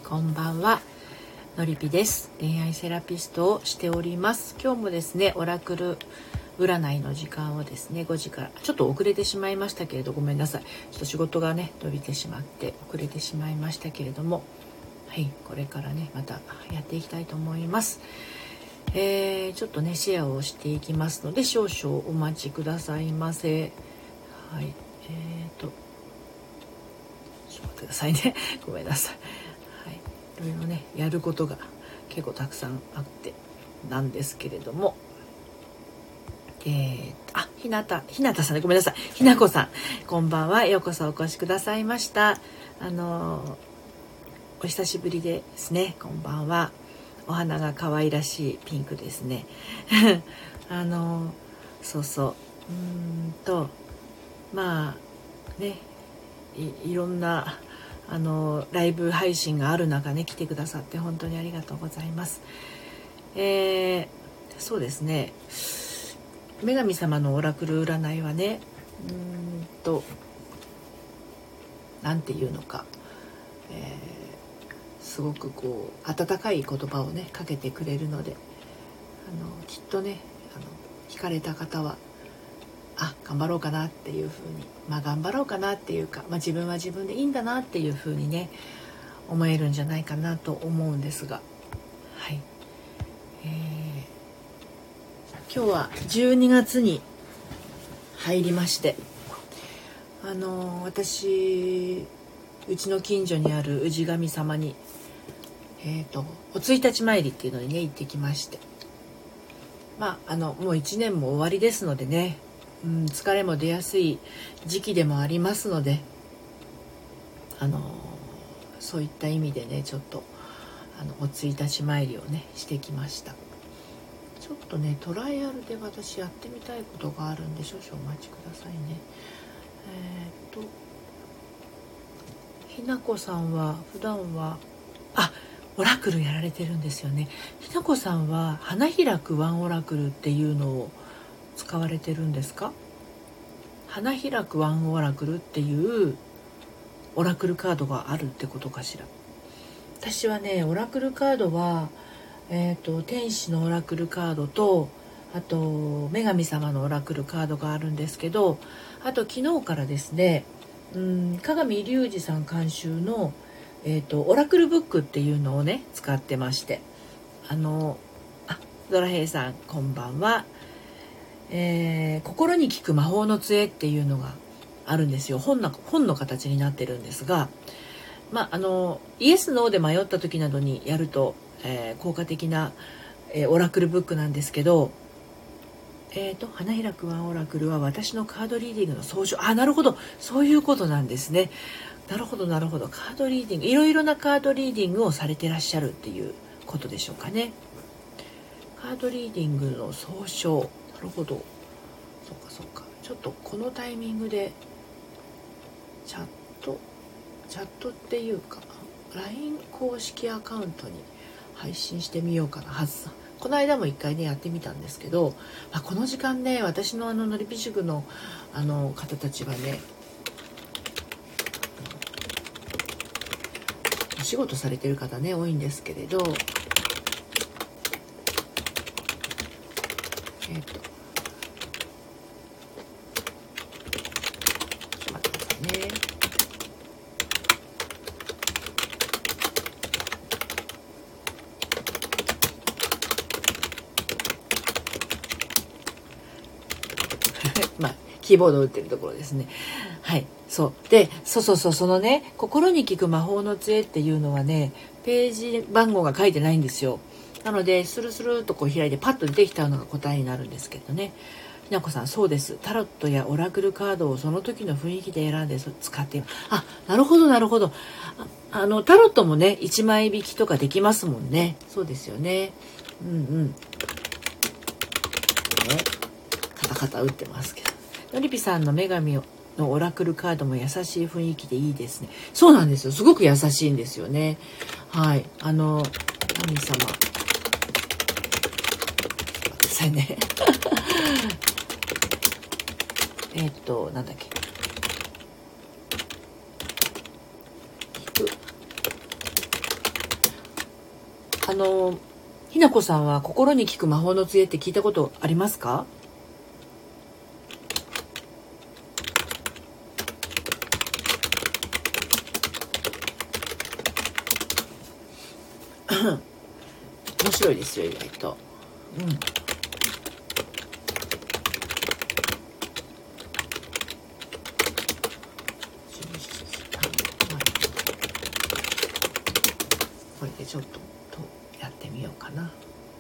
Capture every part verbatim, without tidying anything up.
こんばんは、のりぴです。恋愛セラピストをしております。今日もですね、オラクル占いの時間をですね、ごじからちょっと遅れてしまいましたけれど、ごめんなさい。ちょっと仕事がね伸びてしまって遅れてしまいましたけれども、はい、これからねまたやっていきたいと思います。えー、ちょっとねシェアをしていきますので少々お待ちくださいませ。はい、えーとちょっと待ってくださいねごめんなさい。はい、いろいろねやることが結構たくさんあってなんですけれども、えー、あ、ひなたひなたさんね、ごめんなさい、ひなこさん、こんばんは。ようこそお越しくださいました。あのお久しぶりですね。こんばんは。お花が可愛らしいピンクですねあのそうそううーんとまあね い, いろんなあのライブ配信がある中ね来てくださって本当にありがとうございます。えー、そうですね、女神様のオラクル占いはね、うーんとなんていうのか、えーすごくこう温かい言葉をねかけてくれるので、あのきっとねあの惹かれた方はあ頑張ろうかなっていう風に、まあ頑張ろうかなっていうか、まあ、自分は自分でいいんだなっていう風にね思えるんじゃないかなと思うんですが、はい、えー、今日はじゅうにがつに入りまして、あの私うちの近所にある氏神様にえーと、おついたち参りっていうのにね行ってきまして、まああのもういちねんも終わりですのでね、うん、疲れも出やすい時期でもありますので、あのそういった意味でねちょっとあのおついたち参りをねしてきました。ちょっとねトライアルで私やってみたいことがあるんで少々お待ちくださいね。えーとひなこさんは普段はあオラクルやられてるんですよね。ひなこさんは花開くワンオラクルっていうのを使われてるんですか？花開くワンオラクルっていうオラクルカードがあるってことかしら。私はねオラクルカードは、えーと、天使のオラクルカードとあと女神様のオラクルカードがあるんですけど、あと昨日からですね、うん鏡隆二さん監修のえーと、オラクルブックっていうのをね使ってまして、あのあドラヘイさんこんばんは、えー、心に効く魔法の杖っていうのがあるんですよ。本の、本の形になってるんですが、まあ、あのイエスノーで迷った時などにやると、えー、効果的な、えー、オラクルブックなんですけど、えーと、花開くワンオラクルは私のカードリーディングの総称。あ、なるほど、そういうことなんですね。なるほどなるほど、カードリーディング、いろいろなカードリーディングをされてらっしゃるっていうことでしょうかね。カードリーディングの総称、なるほど、そうかそうか。ちょっとこのタイミングでチャットチャットっていうか ライン 公式アカウントに配信してみようかなはずさ。この間も一回ねやってみたんですけど、まあ、この時間ね私のあののりぴ塾のあの方たちはねお仕事されてる方ね多いんですけれど、えっとちょっと待ってくださいね。まあキーボードを打ってるところですね。はい、そうでそうそうそうそのね心に効く魔法の杖っていうのはねページ番号が書いてないんですよ。なのでスルスルっとこう開いてパッと出てきたのが答えになるんですけどね。ひなこさんそうです。タロットやオラクルカードをその時の雰囲気で選んで使っている。あ、なるほどなるほど。あ、あのタロットもねいちまい引きとかできますもんね。そうですよね。うんうんね、カタカタ打ってますけど、のりぴさんの女神のオラクルカードも優しい雰囲気でいいですね。そうなんですよ、すごく優しいんですよね。はい、あの神様さいねえっとなんだっけ、聞くあのひなこさんは心に効く魔法の杖って聞いたことありますか？面白いですよ、意外と。うん。これでちょっととやってみようかな。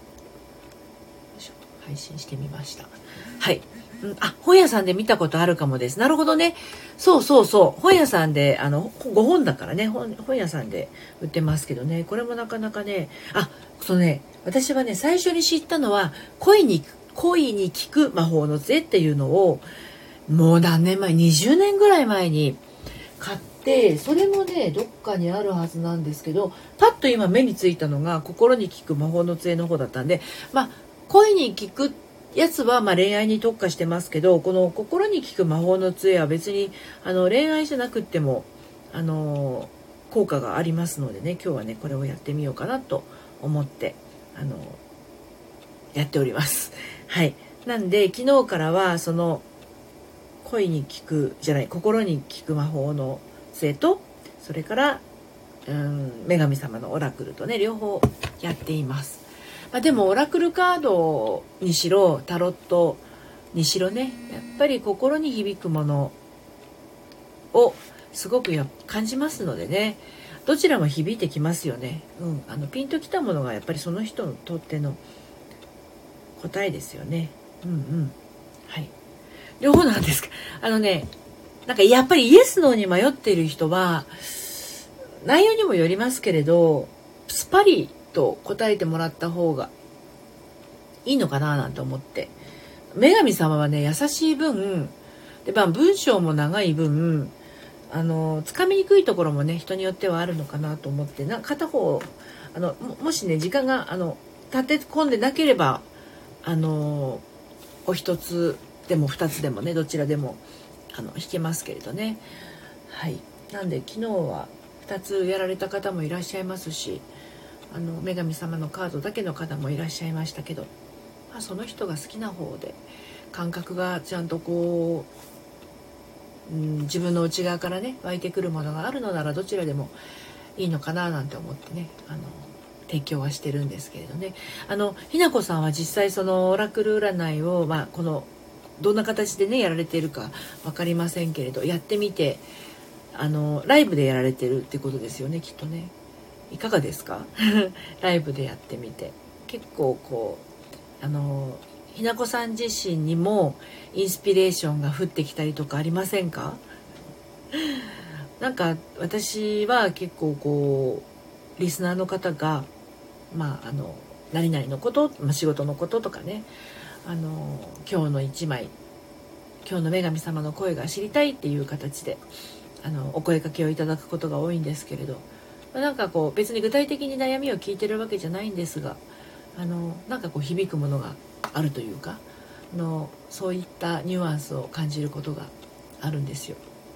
配信してみました。はい。うん、あ、本屋さんで見たことあるかもです。なるほどね。そうそうそう。本屋さんで、あの、ご本だからね、本、本屋さんで売ってますけどね。これもなかなかね、あ、そうね、私はね、最初に知ったのは、恋に、恋に効く魔法の杖っていうのを、もう何年前、にじゅうねんぐらい前に買って、それもね、どっかにあるはずなんですけど、パッと今目についたのが、心に効く魔法の杖の方だったんで、まあ、恋に効くやつはまあ恋愛に特化してますけど、この心に効く魔法の杖は別にあの恋愛じゃなくってもあの効果がありますのでね、今日はねこれをやってみようかなと思ってあのやっております。はい。なんで昨日からはその恋に効くじゃない心に効く魔法の杖と、それからうん女神様のオラクルとね両方やっています。まあ、でもオラクルカードにしろタロットにしろね、やっぱり心に響くものをすごくや感じますのでね、どちらも響いてきますよね。うん、あのピンときたものがやっぱりその人にとっての答えですよね。うんうん。はい。両方なんですか。あのね、なんかやっぱりイエスノーに迷っている人は内容にもよりますけれど、スパリと答えてもらった方がいいのかななんて思って、女神様はね優しい分で、まあ、文章も長い分あのつかみにくいところもね人によってはあるのかなと思って、な片方あの も, もしね時間があの立て込んでなければあのお一つでも二つでもねどちらでもあの弾けますけれどね。はい。なんで昨日は二つやられた方もいらっしゃいますし、あの女神様のカードだけの方もいらっしゃいましたけど、まあ、その人が好きな方で感覚がちゃんとこう、うん、自分の内側からね湧いてくるものがあるのならどちらでもいいのかななんて思ってね、あの提供はしてるんですけれどね。あのひなこさんは実際そのオラクル占いを、まあ、このどんな形でねやられているか分かりませんけれど、やってみてあのライブでやられてるってことですよね、きっとね。いかがですか？ライブでやってみて結構こうあのひなこさん自身にもインスピレーションが降ってきたりとかありませんか？なんか私は結構こうリスナーの方がまああの何々のこと、まあ、仕事のこととかね、あの今日の一枚今日の女神様の声が知りたいっていう形であのお声かけをいただくことが多いんですけれど、まあ、なんかこう別に具体的に悩みを聞いてるわけじゃないんですが、あのなんかこう響くものがあるというか、あのそういったニュアンスを感じることがあるんですよ。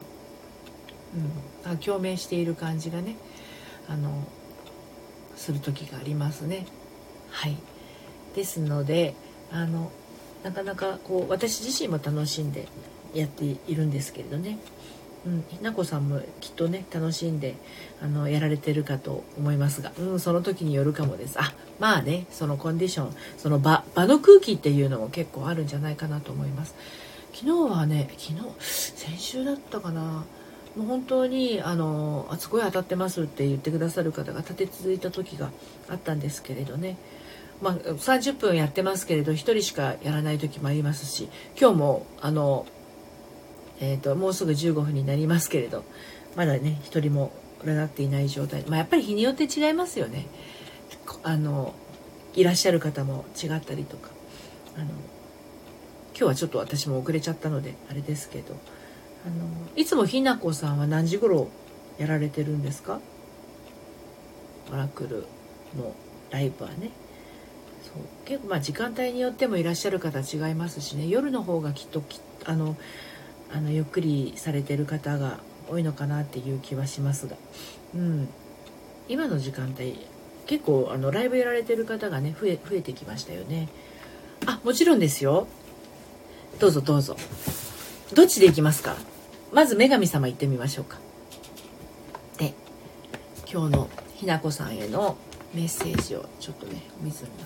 うん、共鳴している感じがねあのする時がありますね。はい。ですのであのなかなかこう私自身も楽しんでやっているんですけれどね。うん、ひなこさんもきっとね楽しんであのやられてるかと思いますが、うん、その時によるかもです。あ、まあね、そのコンディション、その場場の空気っていうのも結構あるんじゃないかなと思います。昨日はね、昨日先週だったかな、もう本当にあのあすごい当たってますって言ってくださる方が立て続いた時があったんですけれどね。まあ、さんじゅっぷんやってますけれどひとりしかやらない時もありますし、今日もあのえー、ともうすぐじゅうごふんになりますけれどまだね一人も占っていない状態、まあ、やっぱり日によって違いますよね。あのいらっしゃる方も違ったりとか、あの今日はちょっと私も遅れちゃったのであれですけど、あのいつもひなこさんは何時頃やられてるんですか？オラクルのライブはね。そう結構まあ時間帯によってもいらっしゃる方違いますしね、夜の方がきっときあのあのゆっくりされてる方が多いのかなっていう気はしますが、うん、今の時間帯結構あのライブやられてる方がね増え増えてきましたよね。あ、もちろんですよ。どうぞどうぞ。どっちで行きますか？まず女神様行ってみましょうか。で、今日のひなこさんへのメッセージをちょっとねお見せします。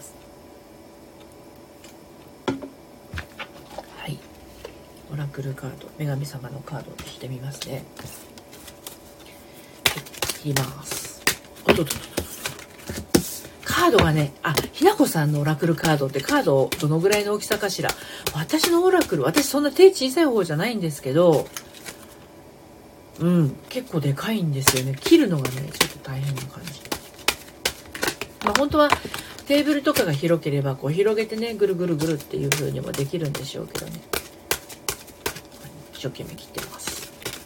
はい、オラクルカード、女神様のカードを引いてみますね。引きます。おっとっとっと。カードがね、あ、ひなこさんのオラクルカードってカードどのぐらいの大きさかしら。私のオラクル、私そんな手小さい方じゃないんですけど、うん、結構でかいんですよね。切るのがね、ちょっと大変な感じ。まあ本当はテーブルとかが広ければこう広げてね、ぐるぐるぐるっていう風にもできるんでしょうけどね。一生懸命切ってます。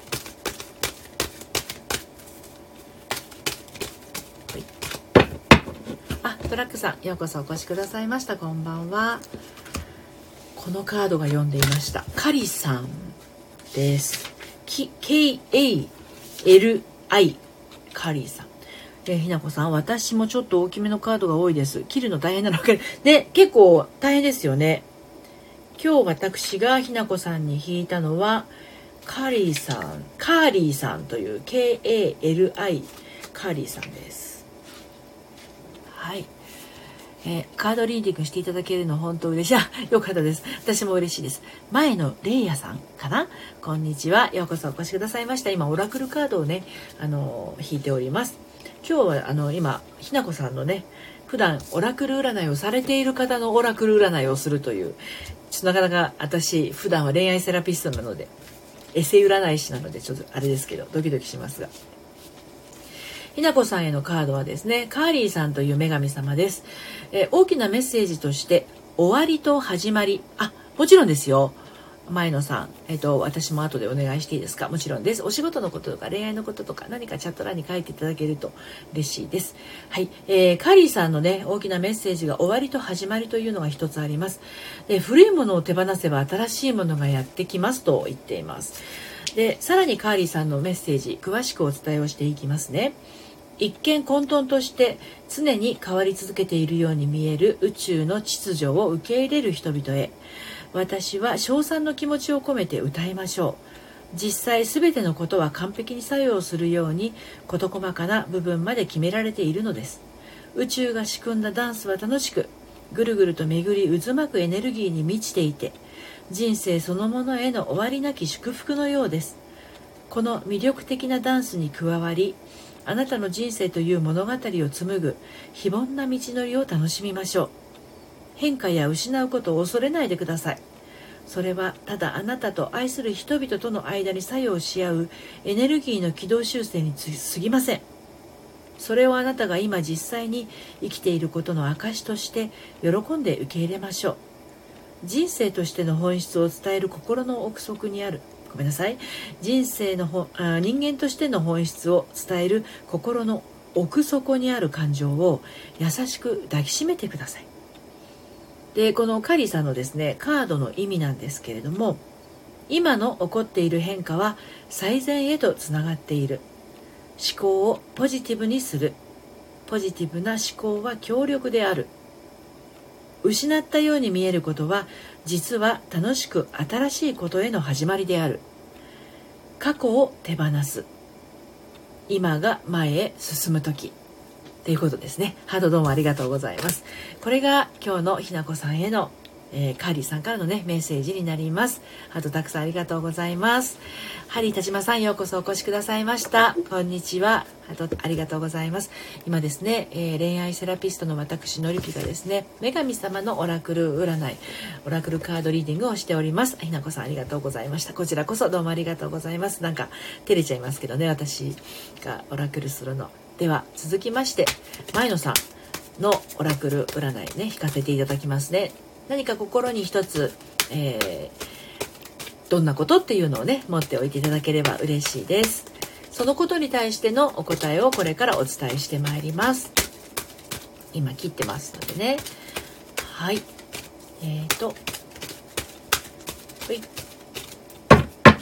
トラックさん、ようこそお越しくださいました。こんばんは。このカードが読んでいました。カリさんです。ケーエーエルアイ カリさん。えー、ひなこさん、私もちょっと大きめのカードが多いです。切るの大変なのかで、結構大変ですよね。今日私がひなこさんに引いたのはカリさん、カーリーさんという ケーエーエルアイ カーリーさんです。はい。えー、カードリーディングしていただけるの本当嬉しい。あ、よかったです。私も嬉しいです。前のレイヤさんかな。こんにちは。ようこそお越しくださいました。今オラクルカードをね、あのー、引いております。今日はあの今ひなこさんのね、普段オラクル占いをされている方のオラクル占いをするという、ちょっとなかなか私普段は恋愛セラピストなので、エセ占い師なのでちょっとあれですけどドキドキしますが。ひなこさんへのカードはですね、カーリーさんという女神様です。えー、大きなメッセージとして、終わりと始まり。あ、もちろんですよ。前野さん、えっと、私も後でお願いしていいですか？もちろんです。お仕事のこととか恋愛のこととか何かチャット欄に書いていただけると嬉しいです。はい。えー、カーリーさんのね、大きなメッセージが終わりと始まりというのが一つあります。で、古いものを手放せば新しいものがやってきますと言っています。で、さらにカーリーさんのメッセージ、詳しくお伝えをしていきますね。一見混沌として常に変わり続けているように見える宇宙の秩序を受け入れる人々へ、私は称賛の気持ちを込めて歌いましょう。実際すべてのことは完璧に作用するように事細かな部分まで決められているのです。宇宙が仕組んだダンスは楽しく、ぐるぐると巡り渦巻くエネルギーに満ちていて、人生そのものへの終わりなき祝福のようです。この魅力的なダンスに加わり、あなたの人生という物語を紡ぐ非凡な道のりを楽しみましょう。変化や失うことを恐れないでください。それはただあなたと愛する人々との間に作用し合うエネルギーの軌道修正に過ぎません。それをあなたが今実際に生きていることの証として喜んで受け入れましょう。人生としての本質を伝える心の奥底にあるごめんなさい人生のほあ人間としての本質を伝える心の奥底にある感情を優しく抱きしめてください。で、このカリーさんのですねカードの意味なんですけれども、今の起こっている変化は最善へとつながっている。思考をポジティブにする。ポジティブな思考は強力である。失ったように見えることは実は楽しく新しいことへの始まりである。過去を手放す。今が前へ進む時ということですね。ハートどうもありがとうございます。これが今日のひなこさんへの、えー、カーリーさんからのねメッセージになります。ハートたくさんありがとうございます。ハリー田島さん、ようこそお越しくださいました。こんにちは。ハートありがとうございます。今ですね、えー、恋愛セラピストの私のりぴがですね、女神様のオラクル占い、オラクルカードリーディングをしております。ひなこさんありがとうございました。こちらこそどうもありがとうございます。なんか照れちゃいますけどね、私がオラクルするの。では続きまして前野さんのオラクル占いね引かせていただきますね。何か心に一つ、えー、どんなことっていうのをね持っておいていただければ嬉しいです。そのことに対してのお答えをこれからお伝えしてまいります。今切ってますのでね。はい、えーとほい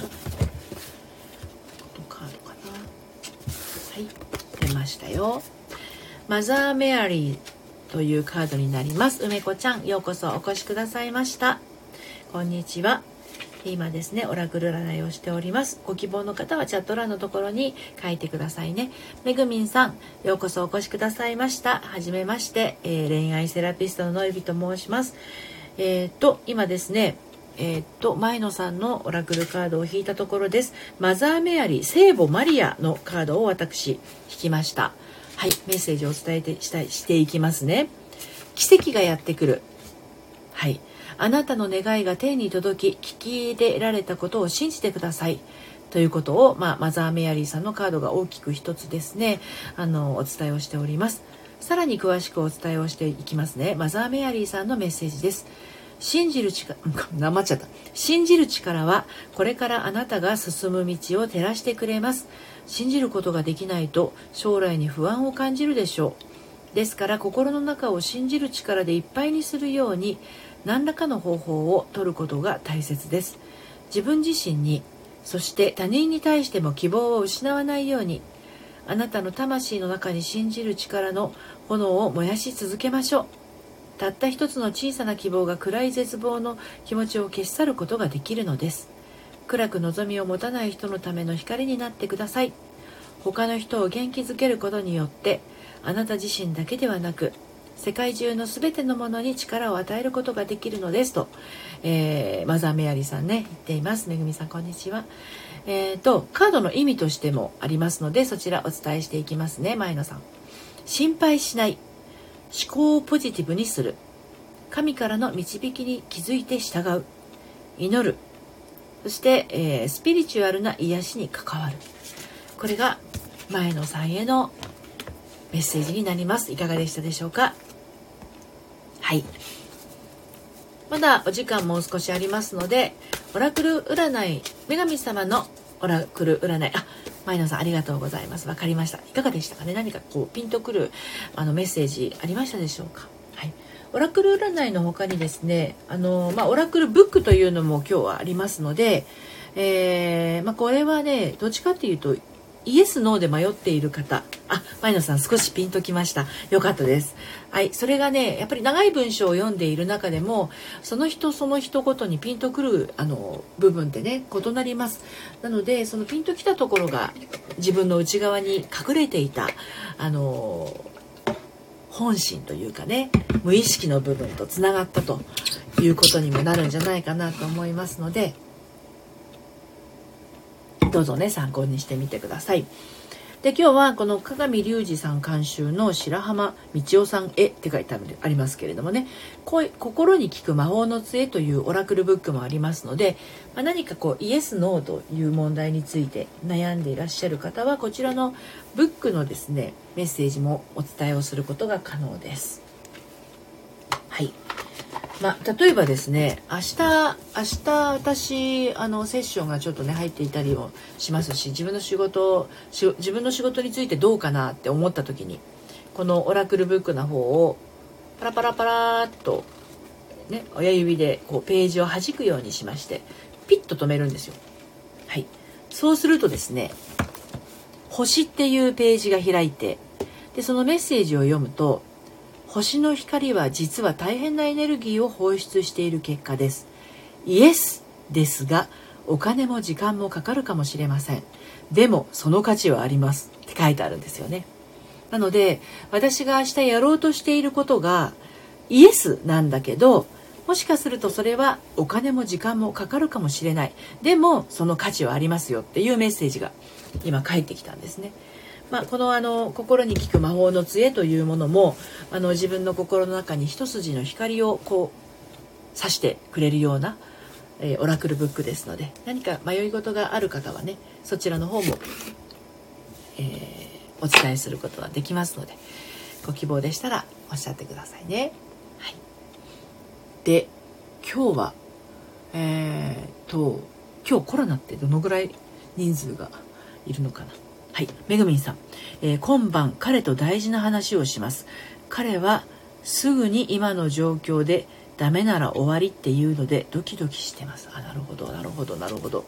カードかな。はい、出ましたよ。 マザーメアリーというカードになります。梅子ちゃん、ようこそお越しくださいました。こんにちは。今ですね、オラクル占いをしております。ご希望の方はチャット欄のところに書いてくださいね。めぐみんさん、ようこそお越しくださいました。はじめまして、えー、恋愛セラピストののえびと申します。えー、っと今ですね、えー、っと前野さんのオラクルカードを引いたところです。マザーメアリー、聖母マリアのカードを私引きました。はい、メッセージをお伝えてしたいしていきますね。奇跡がやってくる。はい。あなたの願いが天に届き、聞き入れられたことを信じてください。ということを、まあ、マザーメアリーさんのカードが大きく一つですね、あの、お伝えをしております。さらに詳しくお伝えをしていきますね。マザーメアリーさんのメッセージです。信じる力、なまっちゃった。信じる力は、これからあなたが進む道を照らしてくれます。信じることができないと、将来に不安を感じるでしょう。ですから、心の中を信じる力でいっぱいにするように、何らかの方法を取ることが大切です。自分自身に、そして他人に対しても希望を失わないように、あなたの魂の中に信じる力の炎を燃やし続けましょう。たった一つの小さな希望が暗い絶望の気持ちを消し去ることができるのです。暗く望みを持たない人のための光になってください。他の人を元気づけることによって、あなた自身だけではなく、世界中のすべてのものに力を与えることができるのですと、えー、マザーメアリーさんね言っています。めぐみさん、こんにちは。えーとカードの意味としてもありますので、そちらお伝えしていきますね。前野さん、心配しない、思考をポジティブにする、神からの導きに気づいて従う、祈る、そして、えー、スピリチュアルな癒しに関わる。これが前野さんへのメッセージになります。いかがでしたでしょうか。はい、まだお時間もう少しありますので、オラクル占い、女神様のオラクル占い、あ、前野さんありがとうございます。わかりました。いかがでしたかね。何かこうピンとくるあのメッセージありましたでしょうか。はい、オラクル占いの他にですね、あの、まあ、オラクルブックというのも今日はありますので、えーまあ、これはね、どっちかっていうとイエスノーで迷っている方、あ、前野さん少しピンときました。よかったです。はい、それがね、やっぱり長い文章を読んでいる中でも、その人その人ごとにピンとくるあの部分ってね、異なります。なので、そのピンときたところが自分の内側に隠れていたあの本心というかね、無意識の部分とつながったということにもなるんじゃないかなと思いますので、どうぞね、参考にしてみてください。で、今日はこの鏡隆二さん監修の白浜道夫さん絵って書いてありますけれどもね、心に効く魔法の杖というオラクルブックもありますので、まあ、何かこうイエスノーという問題について悩んでいらっしゃる方は、こちらのブックのですねメッセージもお伝えをすることが可能です。はい、まあ、例えばですね、明日明日私あのセッションがちょっとね入っていたりもしますし、自分の仕事自分の仕事についてどうかなって思った時に、このオラクルブックの方をパラパラパラっとね、親指でこうページを弾くようにしまして、ピッと止めるんですよ。はい、そうするとですね、星っていうページが開いて、でそのメッセージを読むと、星の光は実は大変なエネルギーを放出している結果です。イエスですが、お金も時間もかかるかもしれません。でもその価値はありますって書いてあるんですよね。なので、私が明日やろうとしていることがイエスなんだけど、もしかするとそれはお金も時間もかかるかもしれない。でもその価値はありますよっていうメッセージが今返ってきたんですね。まあ、このあの心に効く魔法の杖というものも、あの自分の心の中に一筋の光をこう差してくれるような、えー、オラクルブックですので、何か迷い事がある方はね、そちらの方も、えー、お伝えすることができますので、ご希望でしたらおっしゃってくださいね。はい、で、今日はえー、と今日コロナってどのぐらい人数がいるのかな。はい、めぐみんさん、えー、今晩彼と大事な話をします。彼はすぐに今の状況でダメなら終わりっていうのでドキドキしてます。あ、なるほどなるほどなるほど。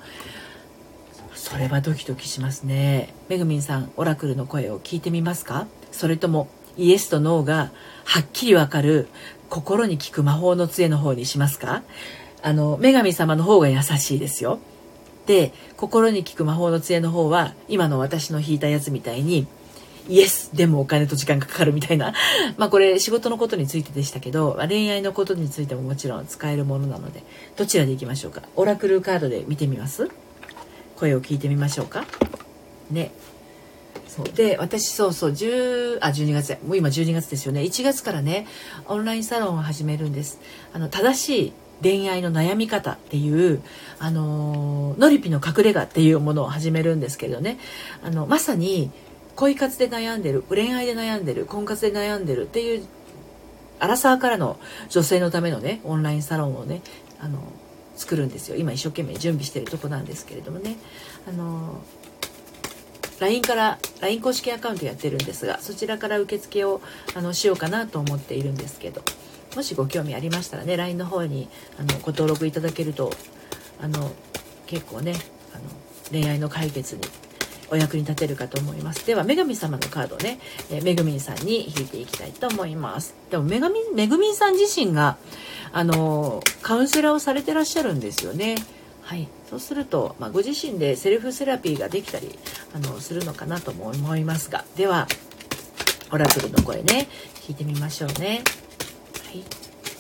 それはドキドキしますね。めぐみんさん、オラクルの声を聞いてみますか？それともイエスとノーがはっきりわかる心に効く魔法の杖の方にしますか？あの女神様の方が優しいですよ。で、心に効く魔法の杖の方は今の私の引いたやつみたいにイエスでもお金と時間がかかるみたいなまあこれ仕事のことについてでしたけど、恋愛のことについてももちろん使えるものなので、どちらでいきましょうか。オラクルカードで見てみます？声を聞いてみましょうかね。そうで、私そうそう10あじゅうにがつ、もう今じゅうにがつですよね。いちがつからねオンラインサロンを始めるんです。あの正しい恋愛の悩み方っていう、あのノリピの隠れ家っていうものを始めるんですけれどね、あのまさに恋活で悩んでる、恋愛で悩んでる、婚活で悩んでるっていうアラサーからの女性のためのねオンラインサロンをねあの作るんですよ。今一生懸命準備しているとこなんですけれどもね、あの ライン から ライン 公式アカウントやってるんですが、そちらから受付をあのしようかなと思っているんですけど、もしご興味ありましたらね ライン の方にあのご登録いただけるとあの結構ねあの恋愛の解決にお役に立てるかと思います。では女神様のカードをね、えー、めぐみんさんに引いていきたいと思います。でもめぐみんめぐみんさん自身があのカウンセラーをされてらっしゃるんですよね。はい、そうすると、まあ、ご自身でセルフセラピーができたりあのするのかなとも思いますが、ではオラクルの声ね聞いてみましょうね。はい、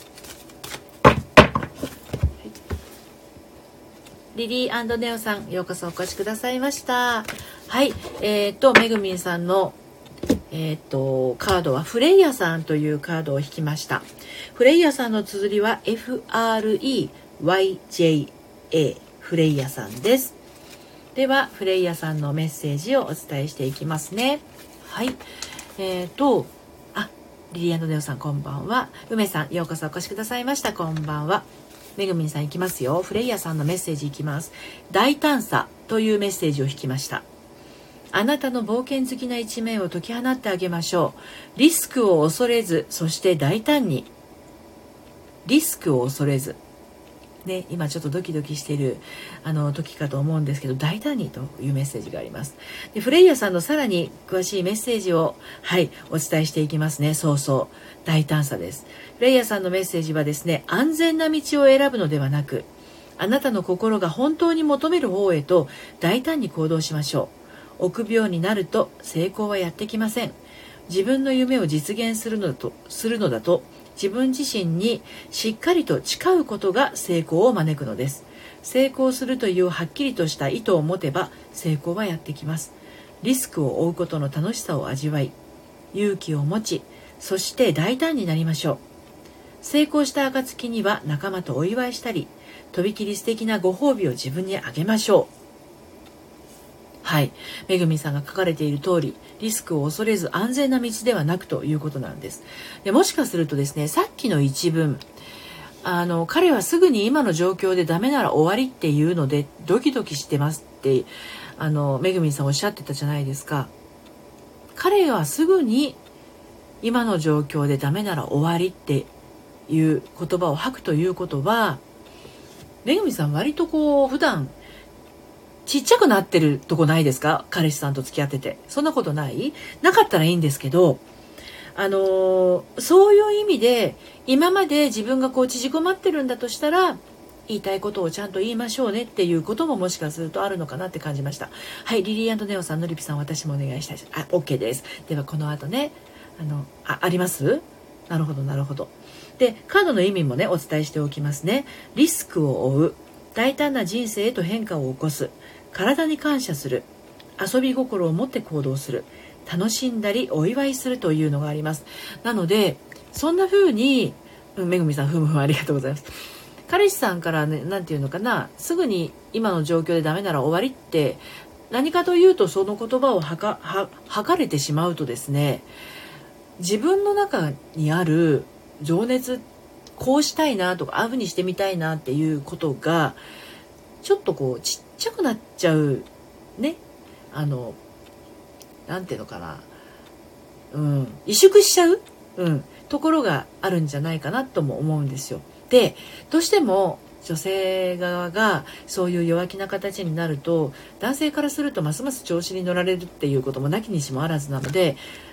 リリー&ネオさん、ようこそお越しくださいました。はい、えー、っとめぐみんさんのえー、っとカードはフレイヤさんというカードを引きました。フレイヤさんの綴りは エフアールイーワイジェイエー フレイヤさんです。ではフレイヤさんのメッセージをお伝えしていきますね。はい、えー、っとあリリー&ネオさん、こんばんは。梅さん、ようこそお越しくださいました。こんばんは。めぐみんさん、いきますよ。フレイヤさんのメッセージいきます。大胆さというメッセージを引きました。あなたの冒険好きな一面を解き放ってあげましょう。リスクを恐れず、そして大胆に。リスクを恐れず、ね、今ちょっとドキドキしているあの時かと思うんですけど、大胆にというメッセージがあります。でフレイヤさんのさらに詳しいメッセージをはいお伝えしていきますね。そうそう、大胆さです。フレイヤさんのメッセージはですね、安全な道を選ぶのではなく、あなたの心が本当に求める方へと大胆に行動しましょう。臆病になると成功はやってきません。自分の夢を実現するのだとするのだと自分自身にしっかりと誓うことが成功を招くのです。成功するというはっきりとした意図を持てば成功はやってきます。リスクを負うことの楽しさを味わい、勇気を持ち、そして大胆になりましょう。成功した暁には仲間とお祝いしたり、とびきり素敵なご褒美を自分にあげましょう。はい、めぐみさんが書かれている通り、リスクを恐れず安全な道ではなくということなんです。でもしかするとですね、さっきの一文、あの彼はすぐに今の状況でダメなら終わりっていうのでドキドキしてますってあのめぐみさんおっしゃってたじゃないですか。彼はすぐに今の状況でダメなら終わりっていう言葉を吐くということは、めぐみさん割とこう普段ちっちゃくなってるとこないですか？彼氏さんと付き合ってて。そんなことない？なかったらいいんですけど、あのー、そういう意味で今まで自分がこう縮こまってるんだとしたら、言いたいことをちゃんと言いましょうねっていうことももしかするとあるのかなって感じました。はい、リリー&ネオさん、のりぴさん、私もお願いしたい。あ、OK です。ではこの後ね、あの、あ、あります？なるほど、なるほど。で、カードの意味もね、お伝えしておきますね。リスクを負う。大胆な人生へと変化を起こす。体に感謝する。遊び心を持って行動する。楽しんだりお祝いするというのがあります。なのでそんな風に、うん、めぐみさん、ふむふむありがとうございます。彼氏さんからね、なんていうのかな、すぐに今の状況でダメなら終わりって何かというと、その言葉をはかは吐かれてしまうとですね、自分の中にある情熱、こうしたいなとか、ああいう風にしてみたいなっていうことがちょっとこうちっちゃくなっちゃうね。あのなんていうのかな、うん、萎縮しちゃう、うん、ところがあるんじゃないかなとも思うんですよ。で、どうしても女性側がそういう弱気な形になると、男性からするとますます調子に乗られるっていうこともなきにしもあらずなので、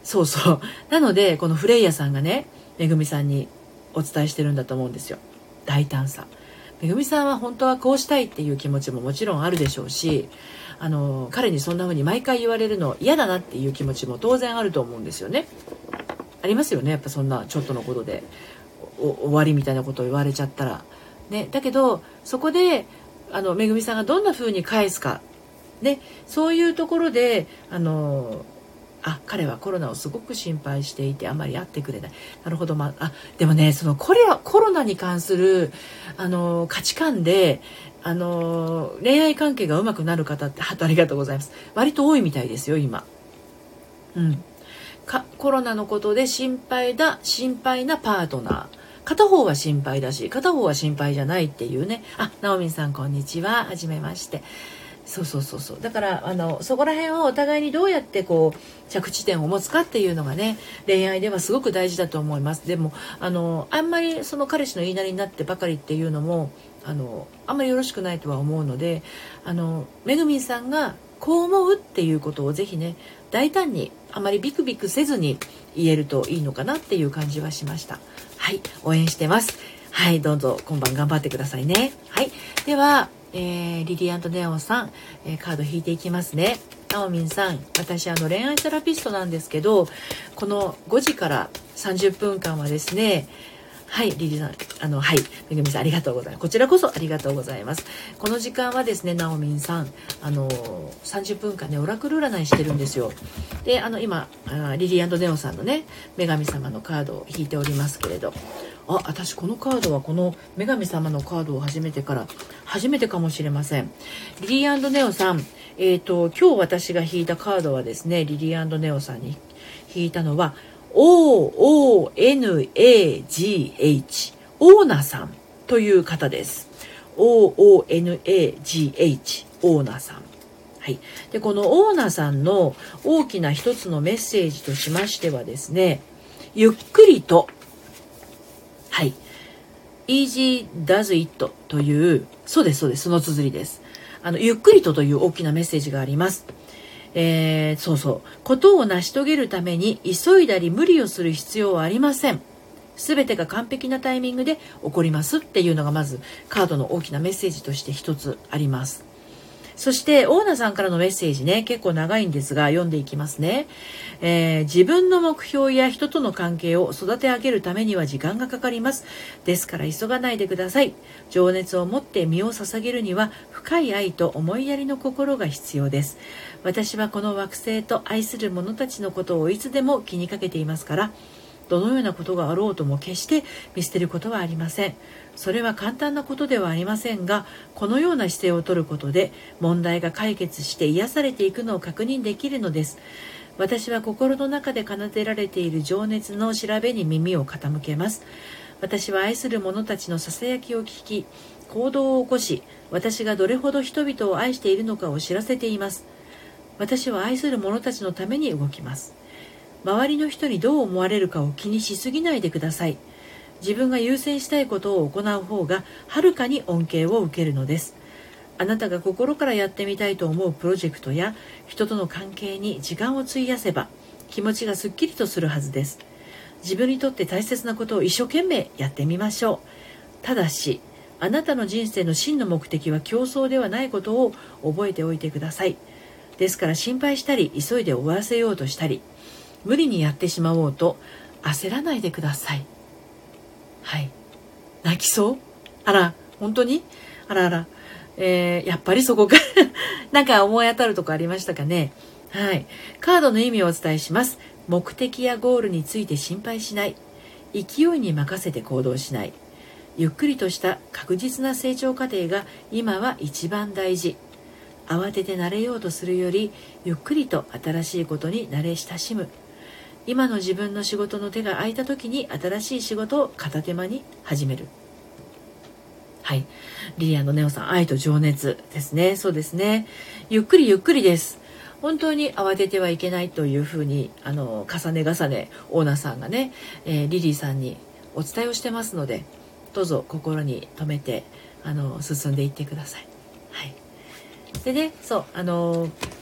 そうそうなのでこのフレイヤさんがねめぐみさんにお伝えしてるんだと思うんですよ。大胆さ。めぐみさんは本当はこうしたいっていう気持ちももちろんあるでしょうし、あの彼にそんな風に毎回言われるの嫌だなっていう気持ちも当然あると思うんですよね。ありますよね。やっぱそんなちょっとのことで終わりみたいなことを言われちゃったらね。だけどそこであのめぐみさんがどんな風に返すかね、そういうところであのあ彼はコロナをすごく心配していてあまり会ってくれない。なるほど、まあ、あでもねそのコレコロナに関するあの価値観であの恋愛関係がうまくなる方ってありがとうございます割と多いみたいですよ今。うんかコロナのことで心配だ心配なパートナー、片方は心配だし片方は心配じゃないっていうね。あ、なおみんさんこんにちは、はじめまして。そうそうそうそうだからあのそこら辺はお互いにどうやってこう着地点を持つかっていうのがね恋愛ではすごく大事だと思います。でもあのあんまりその彼氏の言いなりになってばかりっていうのもあのあんまりよろしくないとは思うので、あのめぐみんさんがこう思うっていうことをぜひね大胆にあまりビクビクせずに言えるといいのかなっていう感じはしました。はい、応援してます。はい、どうぞ今晩頑張ってくださいね。はい、ではえー、リリー&ネオンさん、えー、カード引いていきますね。なおみんさん、私あの恋愛セラピストなんですけど、このごじからさんじゅっぷんかんはですね、はい、リリーさん、あの、はい、めぐみさんありがとうございます。こちらこそありがとうございます。この時間はですね、なおみんさん、あの、さんじゅっぷんかんね、オラクル占いしてるんですよ。で、あの、今、あリリー&ネオンさんのね、女神様のカードを引いておりますけれど、あ、私このカードはこの女神様のカードを初めてから初めてかもしれません。リリー&ネオさん、えーと今日私が引いたカードはですね、リリー&ネオさんに引いたのは オーオーエヌエージーエイチ オーナさんという方です。 オーオーエヌエージーエイチ オーナさん。はい、でこのオーナさんの大きな一つのメッセージとしましてはですね、ゆっくりと、はい、Easy does it という、そうですそうです、その綴りです。あのゆっくりとという大きなメッセージがあります。えー、そうそう、ことを成し遂げるために急いだり無理をする必要はありません。すべてが完璧なタイミングで起こりますっていうのがまずカードの大きなメッセージとして一つあります。そしてオーナさんからのメッセージね、結構長いんですが読んでいきますね。えー、自分の目標や人との関係を育て上げるためには時間がかかります。ですから急がないでください。情熱を持って身を捧げるには深い愛と思いやりの心が必要です。私はこの惑星と愛する者たちのことをいつでも気にかけていますから、どのようなことがあろうとも決して見捨てることはありません。それは簡単なことではありませんが、このような姿勢を取ることで問題が解決して癒されていくのを確認できるのです。私は心の中で奏でられている情熱の調べに耳を傾けます。私は愛する者たちのささやきを聞き、行動を起こし、私がどれほど人々を愛しているのかを知らせています。私は愛する者たちのために動きます。周りの人にどう思われるかを気にしすぎないでください。自分が優先したいことを行う方がはるかに恩恵を受けるのです。あなたが心からやってみたいと思うプロジェクトや人との関係に時間を費やせば気持ちがすっきりとするはずです。自分にとって大切なことを一生懸命やってみましょう。ただし、あなたの人生の真の目的は競争ではないことを覚えておいてください。ですから心配したり急いで終わらせようとしたり無理にやってしまおうと焦らないでください。はい。泣きそう？あら、本当に？あらあら。えー、やっぱりそこかなんか思い当たるとこありましたかね。はい。カードの意味をお伝えします。目的やゴールについて心配しない。勢いに任せて行動しない。ゆっくりとした確実な成長過程が今は一番大事。慌てて慣れようとするより、ゆっくりと新しいことに慣れ親しむ。今の自分の仕事の手が空いた時に新しい仕事を片手間に始める。はい。リリアのネオさん、愛と情熱ですね。そうですね。ゆっくりゆっくりです。本当に慌ててはいけないというふうに、あの、重ね重ね、オーナーさんがね、えー、リリーさんにお伝えをしてますので、どうぞ心に留めて、あの、進んでいってください。はい。でね、そう、あの、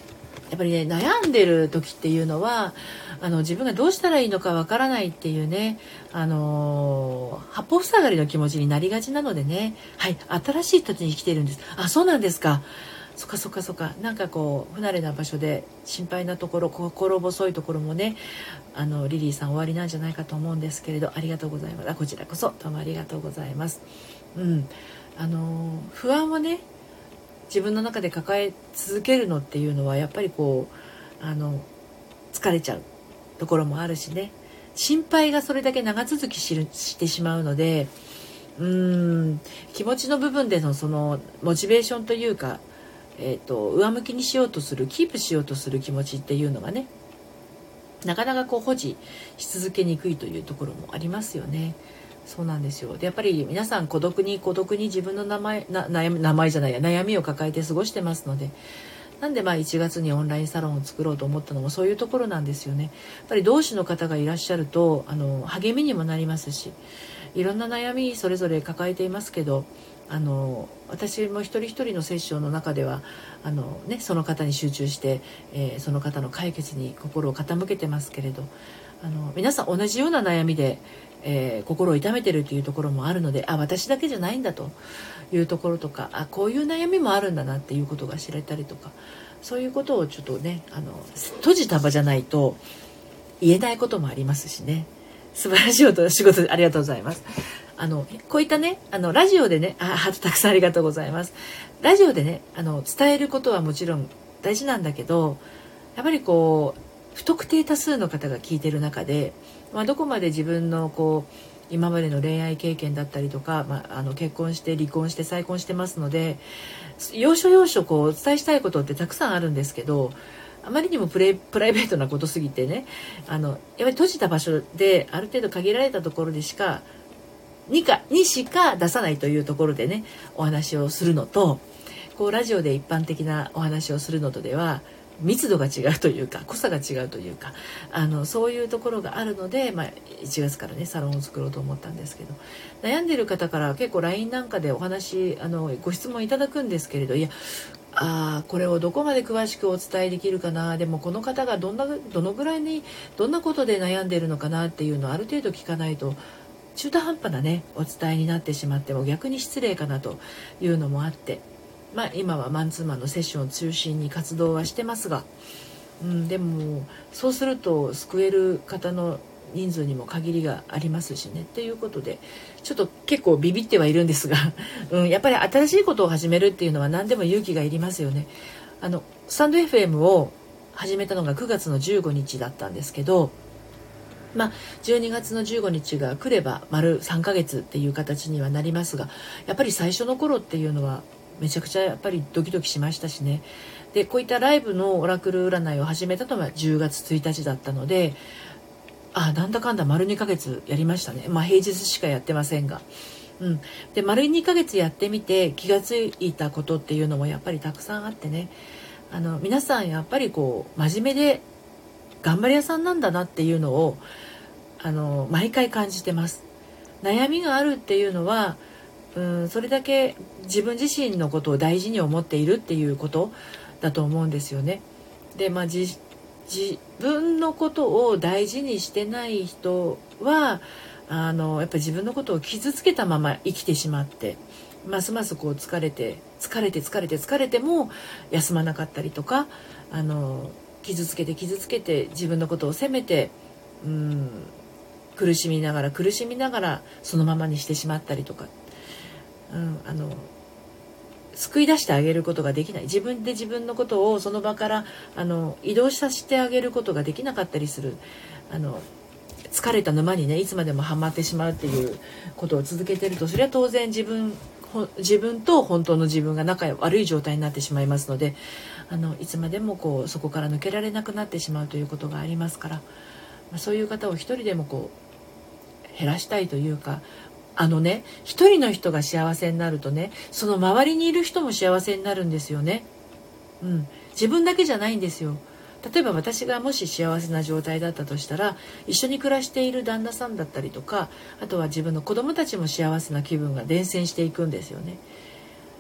やっぱりね、悩んでる時っていうのはあの自分がどうしたらいいのかわからないっていうね、あのー、八方塞がりの気持ちになりがちなのでね、はい、新しい土地に来てるんです。あ、そうなんですか。そっかそっかそっか。なんかこう不慣れな場所で心配なところ、心細いところもね、あのリリーさん終わりなんじゃないかと思うんですけれど、ありがとうございます。あ、こちらこそどうもありがとうございます。うん、あの不安をね自分の中で抱え続けるのっていうのはやっぱりこうあの疲れちゃうところもあるしね、心配がそれだけ長続きしるしてしまうので、うーん気持ちの部分でのそのモチベーションというか、えーと、上向きにしようとするキープしようとする気持ちっていうのがね、なかなかこう保持し続けにくいというところもありますよね。そうなんですよ。でやっぱり皆さん孤独に孤独に自分の名前な悩み名前じゃないや悩みを抱えて過ごしてますので、なんでまあいちがつにオンラインサロンを作ろうと思ったのもそういうところなんですよね。やっぱり同志の方がいらっしゃるとあの励みにもなりますし、いろんな悩みそれぞれ抱えていますけど、あの私も一人一人のセッションの中ではあの、ね、その方に集中して、えー、その方の解決に心を傾けてますけれど、あの皆さん同じような悩みで、えー、心を痛めてるというところもあるので、あ、私だけじゃないんだというところとか、あ、こういう悩みもあるんだなっていうことが知れたりとか、そういうことをちょっとね、あの閉じた場じゃないと言えないこともありますしね。素晴らしいお仕事ありがとうございます。あのこういったね、あのラジオでね、あ、ハートたくさんありがとうございます。ラジオでね、あの伝えることはもちろん大事なんだけど、やっぱりこう不特定多数の方が聞いてる中で、まあ、どこまで自分のこう今までの恋愛経験だったりとか、まあ、あの結婚して離婚して再婚してますので、要所要所こうお伝えしたいことってたくさんあるんですけど、あまりにもプレプライベートなことすぎてね、あのやっぱり閉じた場所である程度限られたところでしかにかにしか出さないというところでねお話をするのと、こうラジオで一般的なお話をするのとでは密度が違うというか濃さが違うというか、あのそういうところがあるので、まあ、いちがつからねサロンを作ろうと思ったんですけど、悩んでる方から結構 ライン なんかでお話あのご質問いただくんですけれど、いやあこれをどこまで詳しくお伝えできるかな、でもこの方がどんなどのぐらいにどんなことで悩んでるのかなっていうのをある程度聞かないと中途半端なねお伝えになってしまっても逆に失礼かなというのもあって、まあ、今はマンツーマンのセッションを中心に活動はしてますが、うん、でもそうすると救える方の人数にも限りがありますしねっていうことでちょっと結構ビビってはいるんですが、うん、やっぱり新しいことを始めるっていうのは何でも勇気がいりますよね。あのスタンド エフエム を始めたのがくがつのじゅうごにちだったんですけど、まあ、じゅうにがつのじゅうごにちが来れば丸さんかげつっていう形にはなりますが、やっぱり最初の頃っていうのはめちゃくちゃやっぱりドキドキしましたしね。でこういったライブのオラクル占いを始めたのはじゅうがつついたちだったので、あなんだかんだ丸にかげつやりましたね。まあ平日しかやってませんが、うん、で丸にかげつやってみて気がついたことっていうのもやっぱりたくさんあってね、あの皆さんやっぱりこう真面目で頑張り屋さんなんだなっていうのをあの毎回感じてます。悩みがあるっていうのはうんそれだけ自分自身のことを大事に思っているっていうことだと思うんですよね。でまあ自分のことを大事にしてない人はあのやっぱり自分のことを傷つけたまま生きてしまって、ますますこう疲れて疲れて疲れて疲れても休まなかったりとか、あの傷つけて傷つけて自分のことを責めて、うん苦しみながら苦しみながらそのままにしてしまったりとか、うん、あの救い出してあげることができない、自分で自分のことをその場からあの移動させてあげることができなかったりする、あの疲れた沼にねいつまでもハマってしまうっていうことを続けてると、それは当然自分自分と本当の自分が仲悪い状態になってしまいますので、あのいつまでもこうそこから抜けられなくなってしまうということがありますから、そういう方を一人でもこう減らしたいというか、あのね一人の人が幸せになるとねその周りにいる人も幸せになるんですよね。うん、自分だけじゃないんですよ。例えば私がもし幸せな状態だったとしたら一緒に暮らしている旦那さんだったりとか、あとは自分の子供たちも幸せな気分が伝染していくんですよね。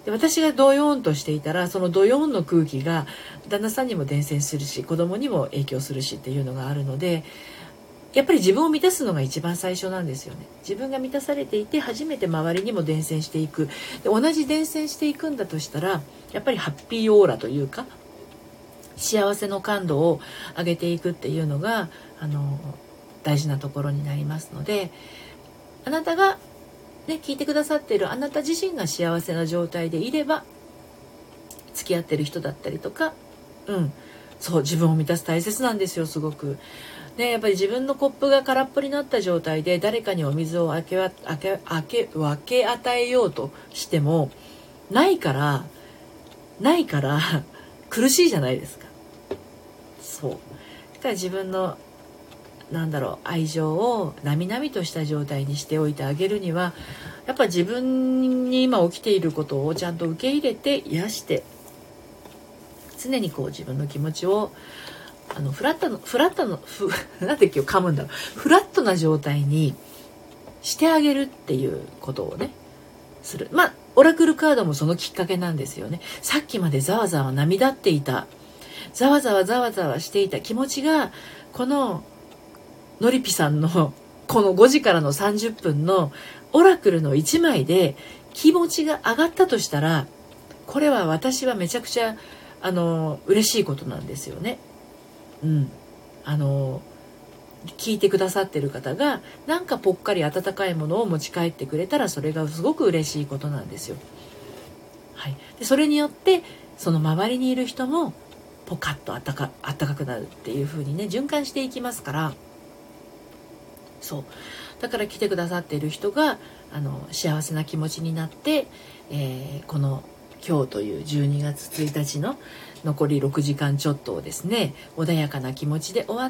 で私がドヨーンとしていたら、そのドヨーンの空気が旦那さんにも伝染するし、子供にも影響するしっていうのがあるので、やっぱり自分を満たすのが一番最初なんですよね。自分が満たされていて初めて周りにも伝染していく。で同じ伝染していくんだとしたら、やっぱりハッピーオーラというか幸せの感度を上げていくっていうのがあの大事なところになりますので、あなたが、ね、聞いてくださっているあなた自身が幸せな状態でいれば、付き合ってる人だったりとか、うんそう自分を満たす大切なんですよ、すごく。でやっぱり自分のコップが空っぽになった状態で誰かにお水を分けわ分け分け分け与えようとしてもないからないから苦しいじゃないですか。そうだから自分のなんだろう愛情をなみなみとした状態にしておいてあげるには、やっぱ自分に今起きていることをちゃんと受け入れて癒して、常にこう自分の気持ちをあのフラットのフラットのフなんで今日噛むんだろうフラットな状態にしてあげるっていうことをねする。まあオラクルカードもそのきっかけなんですよね。さっきまでざわざわ涙っていた、ざわざわざわざわしていた気持ちが、こののりぴさんのこのごじからのさんじゅっぷんのオラクルのいちまいで気持ちが上がったとしたら、これは私はめちゃくちゃあの嬉しいことなんですよね。うん、あの聞いてくださってる方がなんかぽっかり温かいものを持ち帰ってくれたら、それがすごく嬉しいことなんですよ。はい、でそれによってその周りにいる人もポカッとあったか、あったかくなるっていう風にね循環していきますから。そうだから来てくださっている人があの幸せな気持ちになって、えー、この今日というじゅうにがつついたちの残りろくじかんちょっとをですね、穏やかな気持ちで終わって、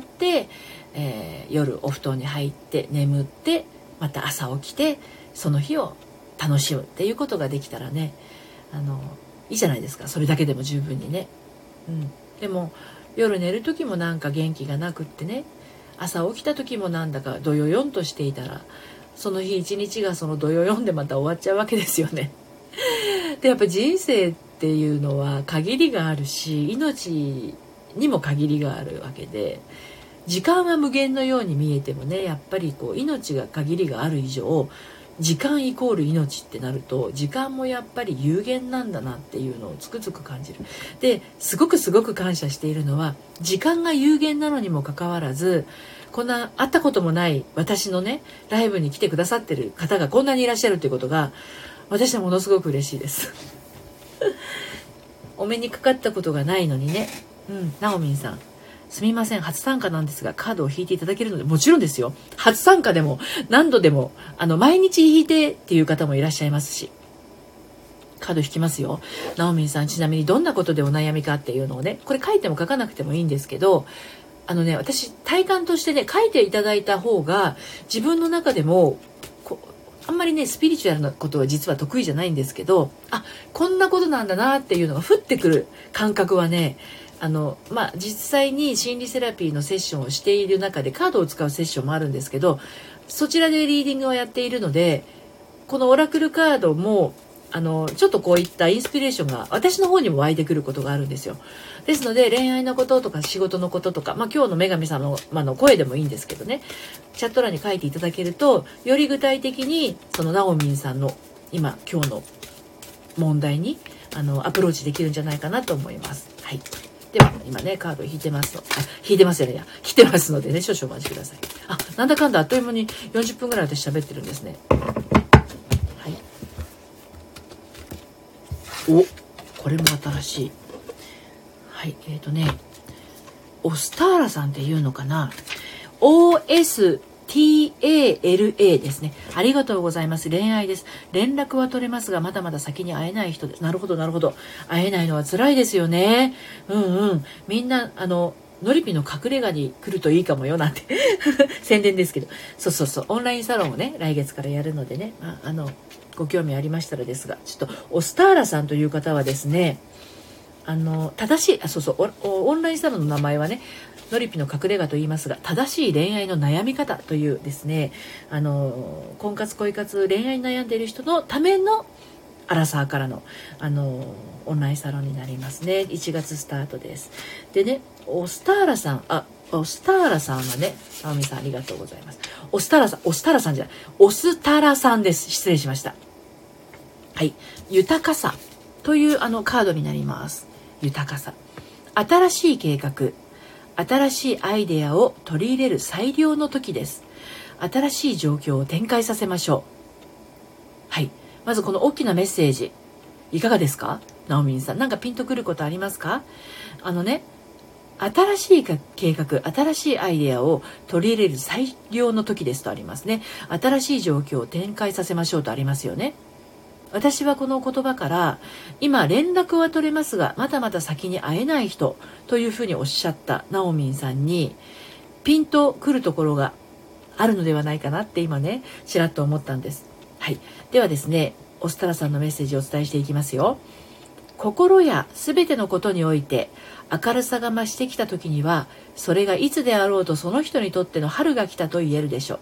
えー、夜お布団に入って眠って、また朝起きてその日を楽しむっていうことができたらね、あのいいじゃないですか。それだけでも十分にね、うん、でも夜寝る時もなんか元気がなくってね、朝起きた時もなんだかどよよんとしていたら、その日一日がそのどよよんでまた終わっちゃうわけですよね。でやっぱり人生っていうのは限りがあるし、命にも限りがあるわけで、時間は無限のように見えてもね、やっぱりこう命が限りがある以上、時間イコール命ってなると、時間もやっぱり有限なんだなっていうのをつくづく感じる。ですごくすごく感謝しているのは、時間が有限なのにもかかわらず、こんな会ったこともない私のねライブに来てくださってる方がこんなにいらっしゃるということが、私はものすごく嬉しいですお目にかかったことがないのにね。うん、なおみんさん、すみません、初参加なんですがカードを引いていただけるので。もちろんですよ。初参加でも何度でも、あの毎日引いてっていう方もいらっしゃいますし、カード引きますよ。なおみんさん、ちなみにどんなことでお悩みかっていうのをね、これ書いても書かなくてもいいんですけど、あのね、私体感としてね書いていただいた方が自分の中でもこあんまりねスピリチュアルなことは実は得意じゃないんですけど、あ、こんなことなんだなっていうのが降ってくる感覚はね、あのまあ実際に心理セラピーのセッションをしている中でカードを使うセッションもあるんですけど、そちらでリーディングをやっているので、このオラクルカードもあのちょっとこういったインスピレーションが私の方にも湧いてくることがあるんですよ。ですので恋愛のこととか仕事のこととか、まあ、今日の女神様の、まあ、の声でもいいんですけどね、チャット欄に書いていただけるとより具体的にそのなおみんさんの今今日の問題にあのアプローチできるんじゃないかなと思います。はい、では今ねカード引いてますのあ引いてますよね、いや引いてますのでね、少々お待ちください。あ、なんだかんだあっという間によんじゅっぷんぐらい私喋ってるんですね。はい、お、これも新しい。はい、えっとね、オスターラさんっていうのかな、 オーエスティーエーエルエー ですね。ありがとうございます。恋愛です。連絡は取れますがまだまだ先に会えない人です。なるほどなるほど、会えないのは辛いですよね。うんうん、みんなあののりぴの隠れ家に来るといいかもよなんて宣伝ですけど、そうそうそう、オンラインサロンをね来月からやるのでね、まあ、あのご興味ありましたらですが、ちょっとオスターラさんという方はですね、あの正しいあそうそうオンラインサロンの名前はねのりぴの隠れ家と言いますが、正しい恋愛の悩み方というですね、あの婚活恋活恋愛に悩んでいる人のためのアラサーからのあのオンラインサロンになりますね。いちがつスタートです。でね、オスターラさん、あ、オスターラさんはね、ナオミさんありがとうございます。オスターラさん、オスターラさんじゃない、オスタラさんです。失礼しました。はい、豊かさというあのカードになります。豊かさ、新しい計画、新しいアイデアを取り入れる最良の時です。新しい状況を展開させましょう。はい、まずこの大きなメッセージいかがですか、ナオミンさん。なんかピンとくることありますか？あのね、新しい計画、新しいアイデアを取り入れる最良の時ですとありますね。新しい状況を展開させましょうとありますよね。私はこの言葉から、今連絡は取れますがまだまだ先に会えない人というふうにおっしゃったナオミンさんにピンとくるところがあるのではないかなって今ねちらっと思ったんです。はい、ではですね、オスタラさんのメッセージをお伝えしていきますよ。心やすべてのことにおいて明るさが増してきた時には、それがいつであろうとその人にとっての春が来たと言えるでしょう。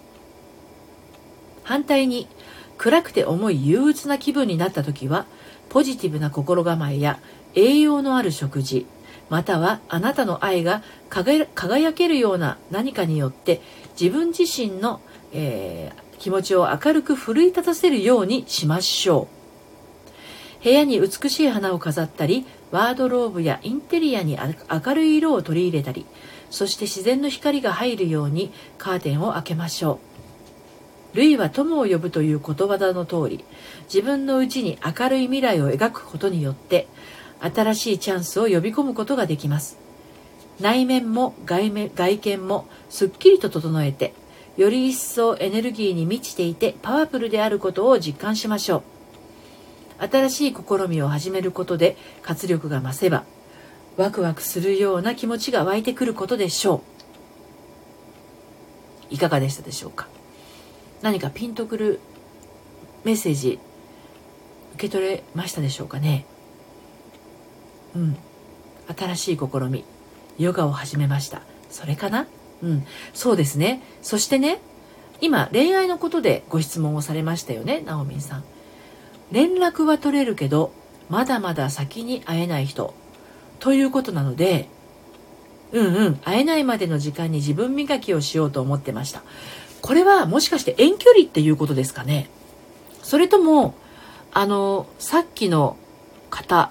反対に暗くて重い憂鬱な気分になった時は、ポジティブな心構えや栄養のある食事、またはあなたの愛が輝けるような何かによって自分自身の、えー、気持ちを明るく奮い立たせるようにしましょう。部屋に美しい花を飾ったり、ワードローブやインテリアに明るい色を取り入れたり、そして自然の光が入るようにカーテンを開けましょう。類は友を呼ぶという言葉の通り、自分の内に明るい未来を描くことによって新しいチャンスを呼び込むことができます。内面も 外面、外見もすっきりと整えて、より一層エネルギーに満ちていてパワフルであることを実感しましょう。新しい試みを始めることで活力が増せば、ワクワクするような気持ちが湧いてくることでしょう。いかがでしたでしょうか。何かピンとくるメッセージ受け取れましたでしょうかね。うん、新しい試み、ヨガを始めました。それかな。うん、そうですね。そしてね、今恋愛のことでご質問をされましたよね、ナオミンさん。連絡は取れるけどまだまだ先に会えない人ということなので、うんうん、会えないまでの時間に自分磨きをしようと思ってました。これはもしかして遠距離っていうことですかね。それともあのさっきの方、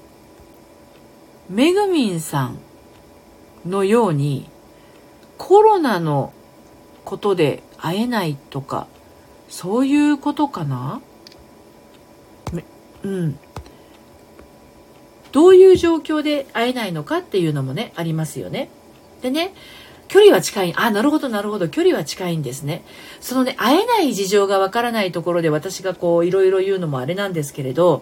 めぐみんさんのようにコロナのことで会えないとか、そういうことかな。うん、どういう状況で会えないのかっていうのもねありますよね。でね、距離は近い。あ、なるほどなるほど、距離は近いんですね。そのね、会えない事情がわからないところで私がこういろいろ言うのもあれなんですけれど、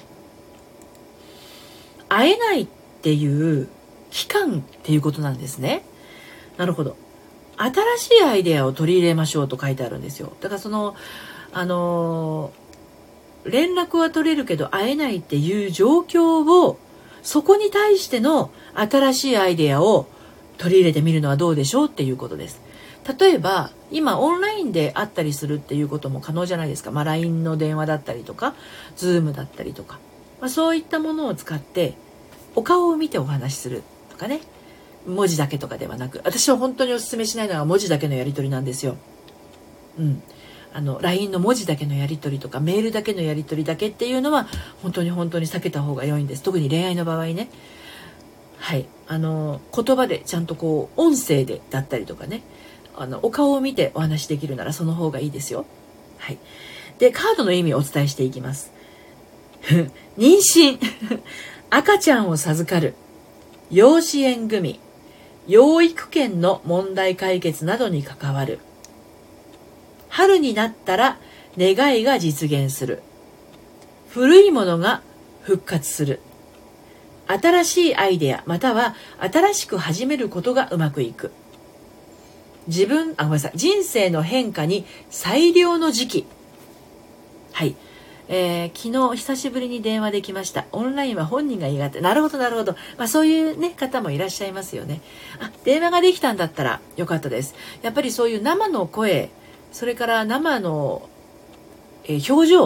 会えないっていう期間っていうことなんですね。なるほど。新しいアイデアを取り入れましょうと書いてあるんですよ。だからそのあのー、連絡は取れるけど会えないっていう状況を、そこに対しての新しいアイデアを取り入れてみるのはどうでしょうっていうことです。例えば今オンラインで会ったりするっていうことも可能じゃないですか。まあ、ライン の電話だったりとか Zoom だったりとか、まあ、そういったものを使ってお顔を見てお話しするとかね。文字だけとかではなく、私は本当にお勧めしないのは文字だけのやり取りなんですよ。うん、あの ライン の文字だけのやり取りとかメールだけのやり取りだけっていうのは本当に本当に避けた方が良いんです。特に恋愛の場合ね。はい、あの言葉でちゃんとこう音声でだったりとかね、あのお顔を見てお話しできるならその方がいいですよ。はい、でカードの意味をお伝えしていきます。妊娠赤ちゃんを授かる、養子縁組、養育権の問題解決などに関わる、春になったら願いが実現する、古いものが復活する、新しいアイデアまたは新しく始めることがうまくいく、自分あごめんなさい人生の変化に最良の時期。はい、えー、昨日久しぶりに電話できました。オンラインは本人が苦手。なるほどなるほど、まあ、そういう、ね、方もいらっしゃいますよね。あ、電話ができたんだったらよかったです。やっぱりそういう生の声、それから生の、えー、表情、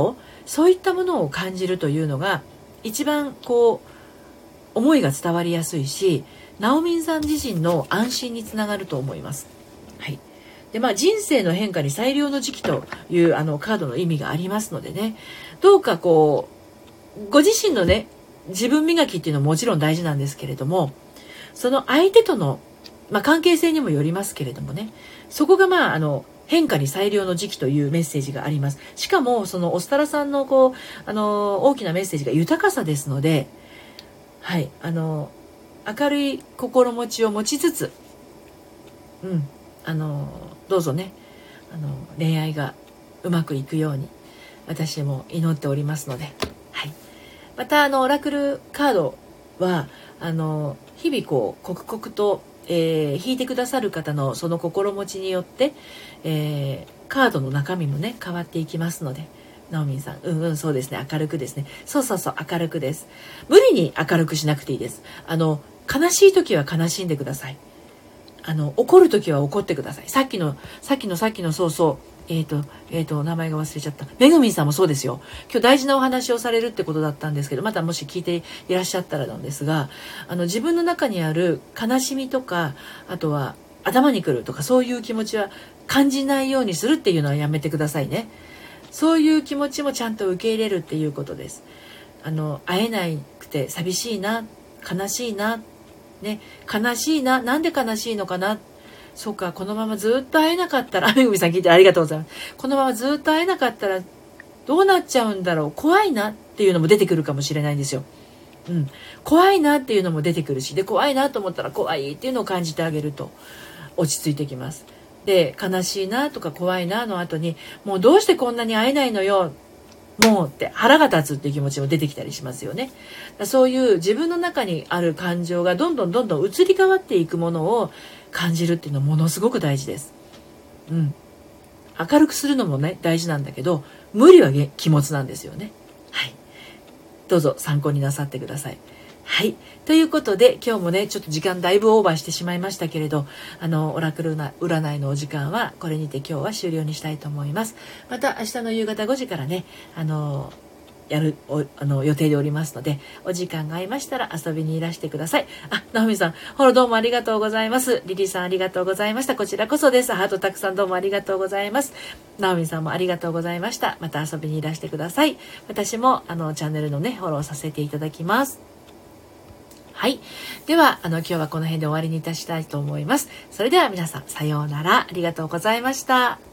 そういったものを感じるというのが一番こう思いが伝わりやすいし、ナオミンさん自身の安心につながると思います。はい。で、まあ、人生の変化に最良の時期というあのカードの意味がありますのでね、どうかこうご自身のね自分磨きっていうのはもちろん大事なんですけれども、その相手との、まあ、関係性にもよりますけれどもね、そこがまああの変化に最良の時期というメッセージがあります。しかもそのオスタラさんのこうあの大きなメッセージが豊かさですので、はい、あの明るい心持ちを持ちつつ、うん、あのどうぞね、あの恋愛がうまくいくように私も祈っておりますので、はい、またあのオラクルカードはあの日々こう刻々と、えー、引いてくださる方のその心持ちによって、えー、カードの中身もね変わっていきますので、ナオミンさん、うんうんそうですね、明るくですね、そうそうそう明るくです。無理に明るくしなくていいです。あの悲しい時は悲しんでください。あの怒る時は怒ってください。さっきのさっきのさっきのそうそうえっ、ー、とえっ、ー、と名前が忘れちゃった。めぐみんさんもそうですよ。今日大事なお話をされるってことだったんですけど、またもし聞いていらっしゃったらなんですが、あの自分の中にある悲しみとか、あとは頭にくるとかそういう気持ちは感じないようにするっていうのはやめてくださいね。そういう気持ちもちゃんと受け入れるっていうことです。あの会えなくて寂しいな、悲しいな、ね、悲しいな、なんで悲しいのかな、そうか、このままずっと会えなかったら、めぐみさん聞いてありがとうございます。このままずっと会えなかったらどうなっちゃうんだろう、怖いなっていうのも出てくるかもしれないんですよ。うん、怖いなっていうのも出てくるし、で怖いなと思ったら怖いっていうのを感じてあげると落ち着いてきます。で悲しいなとか怖いなの後に、もうどうしてこんなに会えないのよ、もうって腹が立つっていう気持ちも出てきたりしますよね。そういう自分の中にある感情がどんどんどんどん移り変わっていくものを感じるっていうのはものすごく大事です。うん。明るくするのもね大事なんだけど、無理は気持ちなんですよね。はい。どうぞ参考になさってください。はい。ということで、今日もね、ちょっと時間だいぶオーバーしてしまいましたけれど、あの、オラクルな占いのお時間は、これにて今日は終了にしたいと思います。また明日の夕方ごじからね、あの、やる、おあの、予定でおりますので、お時間が合いましたら遊びにいらしてください。あ、ナオミさん、ほらどうもありがとうございます。リリーさんありがとうございました。こちらこそです。ハートたくさんどうもありがとうございます。ナオミさんもありがとうございました。また遊びにいらしてください。私も、あの、チャンネルのね、フォローさせていただきます。はい。では、あの、今日はこの辺で終わりにいたしたいと思います。それでは皆さん、さようなら。ありがとうございました。